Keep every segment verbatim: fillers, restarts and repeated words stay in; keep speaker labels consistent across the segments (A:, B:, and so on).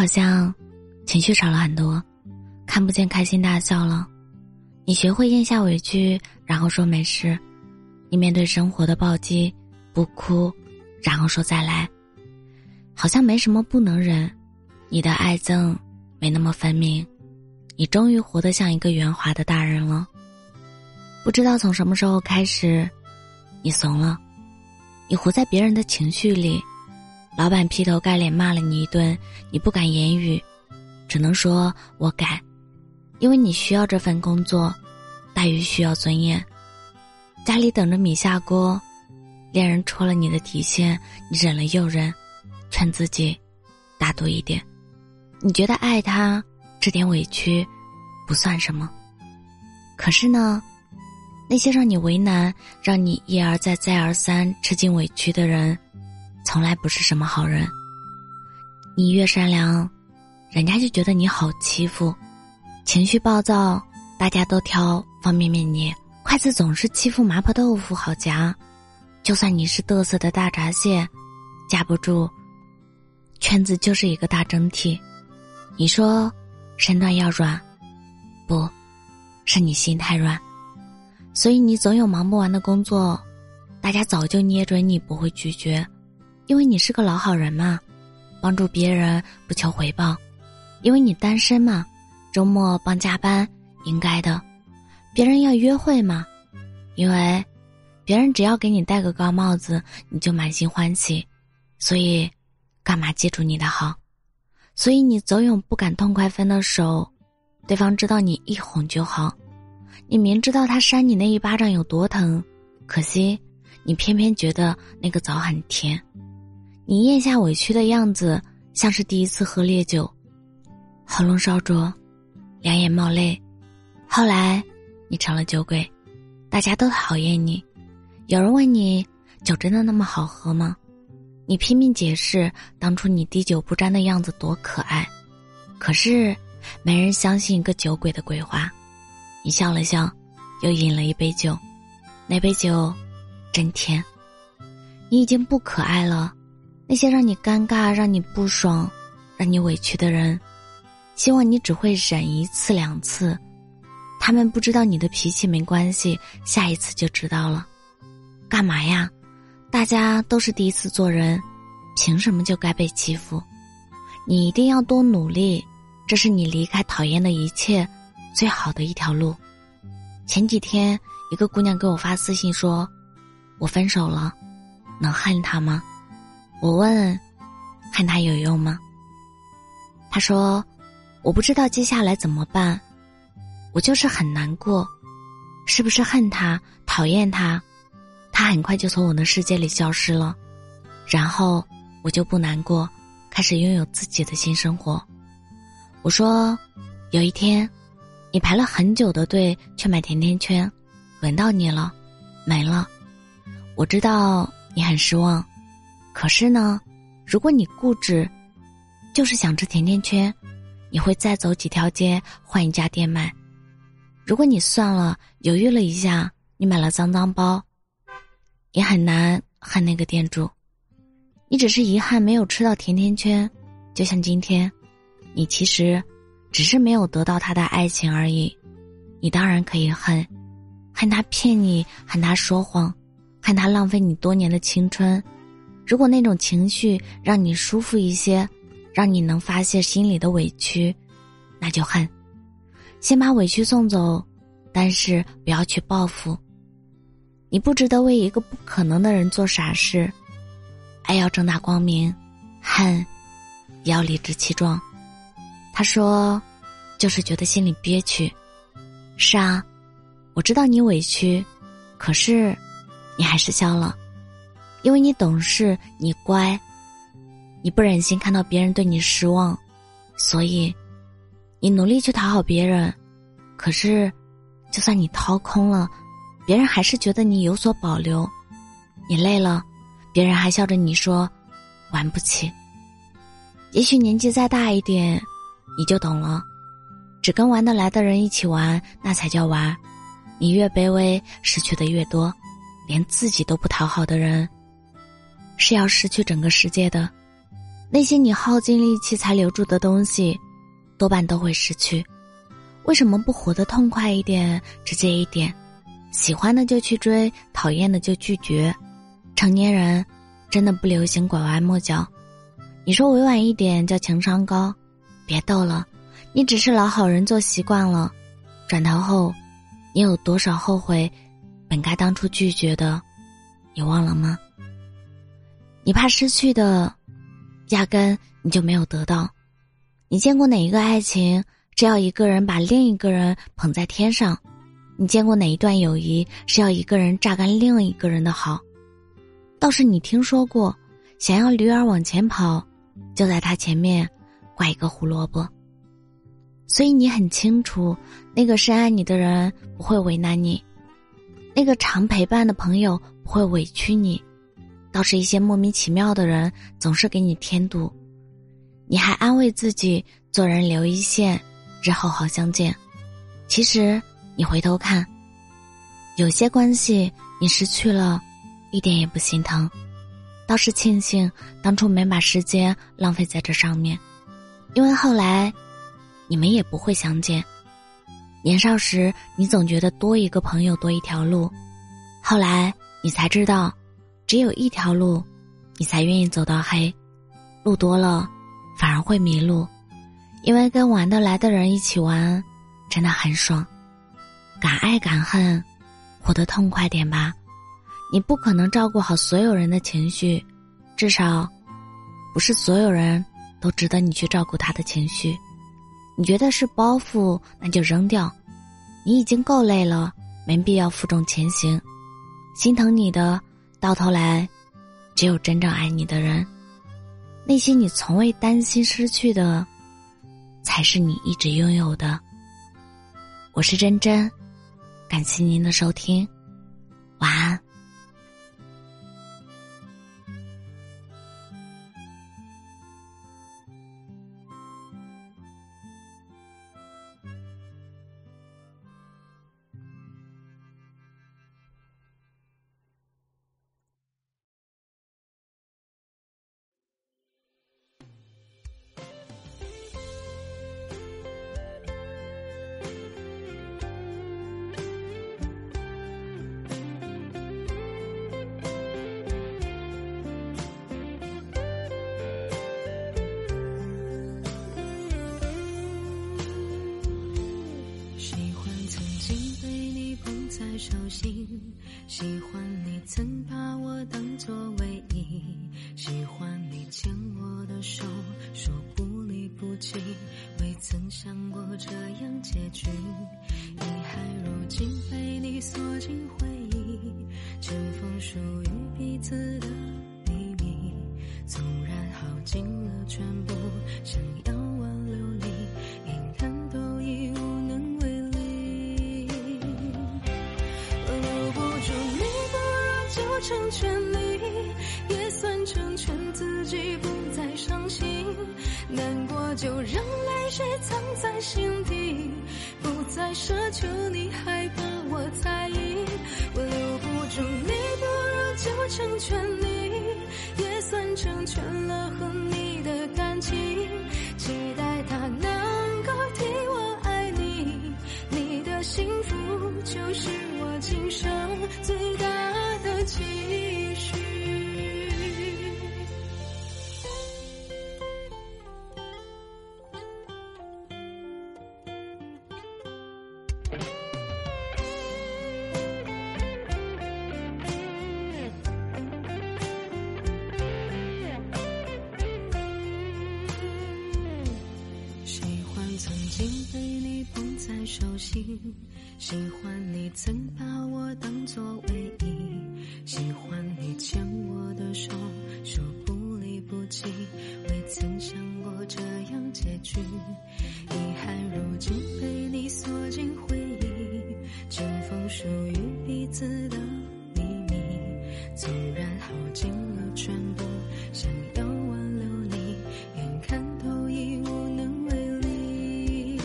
A: 好像情绪少了很多，看不见开心大笑了。你学会咽下委屈，然后说没事。你面对生活的暴击，不哭，然后说再来。好像没什么不能忍，你的爱憎没那么分明。你终于活得像一个圆滑的大人了。不知道从什么时候开始，你怂了。你活在别人的情绪里，老板劈头盖脸骂了你一顿，你不敢言语，只能说我改，因为你需要这份工作，大于需要尊严。家里等着米下锅，恋人戳了你的底线，你忍了又忍，劝自己大度一点。你觉得爱他这点委屈不算什么，可是呢，那些让你为难，让你一而再再而三吃尽委屈的人，从来不是什么好人。你越善良，人家就觉得你好欺负。情绪暴躁，大家都挑方便面捏，筷子总是欺负麻婆豆腐好夹。就算你是嘚瑟的大闸蟹，架不住圈子就是一个大蒸屉。你说身段要软，不是你心太软。所以你总有忙不完的工作，大家早就捏准你不会拒绝，因为你是个老好人嘛，帮助别人不求回报。因为你单身嘛，周末帮加班应该的。别人要约会嘛，因为别人只要给你戴个高帽子，你就满心欢喜，所以干嘛记住你的好。所以你总有不敢痛快分的手，对方知道你一哄就好。你明知道他扇你那一巴掌有多疼，可惜你偏偏觉得那个枣很甜。你咽下委屈的样子像是第一次喝烈酒，喉咙烧灼，两眼冒泪。后来你成了酒鬼，大家都讨厌你。有人问你，酒真的那么好喝吗？你拼命解释当初你滴酒不沾的样子多可爱，可是没人相信一个酒鬼的鬼话。你笑了笑，又饮了一杯酒，那杯酒真甜。你已经不可爱了，那些让你尴尬、让你不爽、让你委屈的人，希望你只会忍一次两次，他们不知道你的脾气没关系，下一次就知道了。干嘛呀？大家都是第一次做人，凭什么就该被欺负？你一定要多努力，这是你离开讨厌的一切最好的一条路。前几天一个姑娘给我发私信说，我分手了，能恨他吗？我问，恨他有用吗？她说，我不知道接下来怎么办，我就是很难过，是不是恨他，讨厌他，他很快就从我的世界里消失了，然后我就不难过，开始拥有自己的新生活。我说，有一天你排了很久的队去买甜甜圈，轮到你了，没了。我知道你很失望，可是呢，如果你固执，就是想吃甜甜圈，你会再走几条街换一家店买。如果你算了，犹豫了一下，你买了脏脏包，也很难恨那个店主。你只是遗憾没有吃到甜甜圈，就像今天，你其实只是没有得到他的爱情而已。你当然可以恨，恨他骗你，恨他说谎，恨他浪费你多年的青春。如果那种情绪让你舒服一些，让你能发泄心里的委屈，那就恨。先把委屈送走，但是不要去报复。你不值得为一个不可能的人做傻事。爱要正大光明，恨也要理直气壮。他说，就是觉得心里憋屈。是啊，我知道你委屈，可是你还是笑了，因为你懂事，你乖，你不忍心看到别人对你失望，所以你努力去讨好别人。可是就算你掏空了，别人还是觉得你有所保留。你累了，别人还笑着你说玩不起。也许年纪再大一点，你就懂了，只跟玩得来的人一起玩，那才叫玩。你越卑微，失去的越多。连自己都不讨好的人，是要失去整个世界的。 那些你耗尽力气才留住的东西，多半都会失去。为什么不活得痛快一点，直接一点？喜欢的就去追，讨厌的就拒绝。成年人真的不流行拐弯抹角。你说委婉一点叫情商高，别逗了，你只是老好人做习惯了。转头后，你有多少后悔本该当初拒绝的，你忘了吗？你怕失去的，压根你就没有得到。你见过哪一个爱情是要一个人把另一个人捧在天上？你见过哪一段友谊是要一个人榨干另一个人的好？倒是你听说过，想要驴儿往前跑，就在他前面挂一个胡萝卜。所以你很清楚，那个深爱你的人不会为难你，那个常陪伴的朋友不会委屈你，倒是一些莫名其妙的人总是给你添堵。你还安慰自己，做人留一线，日后好相见。其实你回头看，有些关系你失去了，一点也不心疼，倒是庆幸当初没把时间浪费在这上面，因为后来你们也不会相见。年少时你总觉得多一个朋友多一条路，后来你才知道只有一条路，你才愿意走到黑。路多了反而会迷路，因为跟玩得来的人一起玩真的很爽。敢爱敢恨，活得痛快点吧。你不可能照顾好所有人的情绪，至少不是所有人都值得你去照顾他的情绪。你觉得是包袱，那就扔掉。你已经够累了，没必要负重前行。心疼你的，到头来只有真正爱你的人。那些你从未担心失去的，才是你一直拥有的。我是真真，感谢您的收听，晚安。
B: 手心，喜欢你曾把我当作唯一，喜欢你牵我的手，说不离不弃，未曾想过这样结局，遗憾如今被你锁进回忆，尘封属于彼此的秘密，纵然耗尽了全部，想要挽留你，眼看都已无能为力，我留不住你，不如就成全你，也算成全自己不再伤心，难过就让泪水藏在心底，不再奢求你还把我在意，我留不住你，不如就成全你，也算成全了和你的感情，期待他能够替我爱你，你的幸福就是我今生最大的期许。曾经被你捧在手心，喜欢你曾把我当作唯一，喜欢你牵我的手，说不离不弃，未曾想过这样结局，遗憾如今被你锁进回忆，尘封属于彼此的秘密，纵然耗尽了全部，想要挽留你，眼看都已无能为力，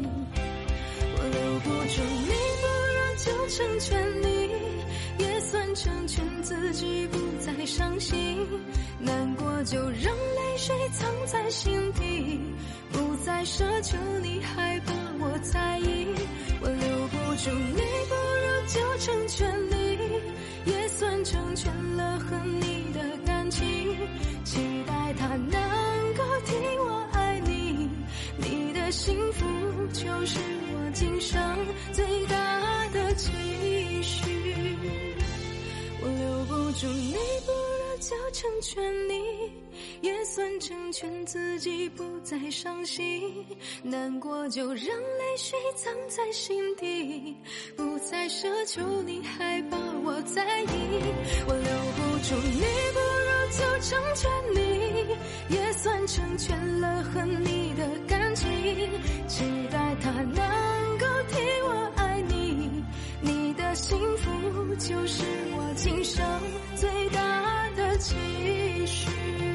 B: 不住你，不如就成全你，也算算成全自己，不再伤心。难过就让泪水藏在心底，不再奢求你还把我在意。我留不住你，不如就成全你，也算成全了和你的感情。期待他能够替我爱你，你的幸福就是我今生最大的期许。我留不住你，不如就成全你，也算成全自己，不再伤心。难过就让泪水藏在心底，不再奢求你还把我在意。我留不住你，不如就成全你，也算成全了和你的感情。期待他能够替我爱你，你的幸福就是我今生最大的期许。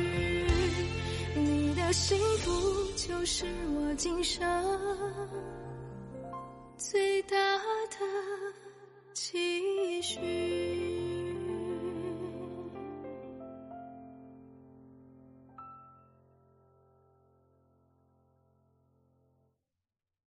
B: 你的幸福就是我今生最大的期许。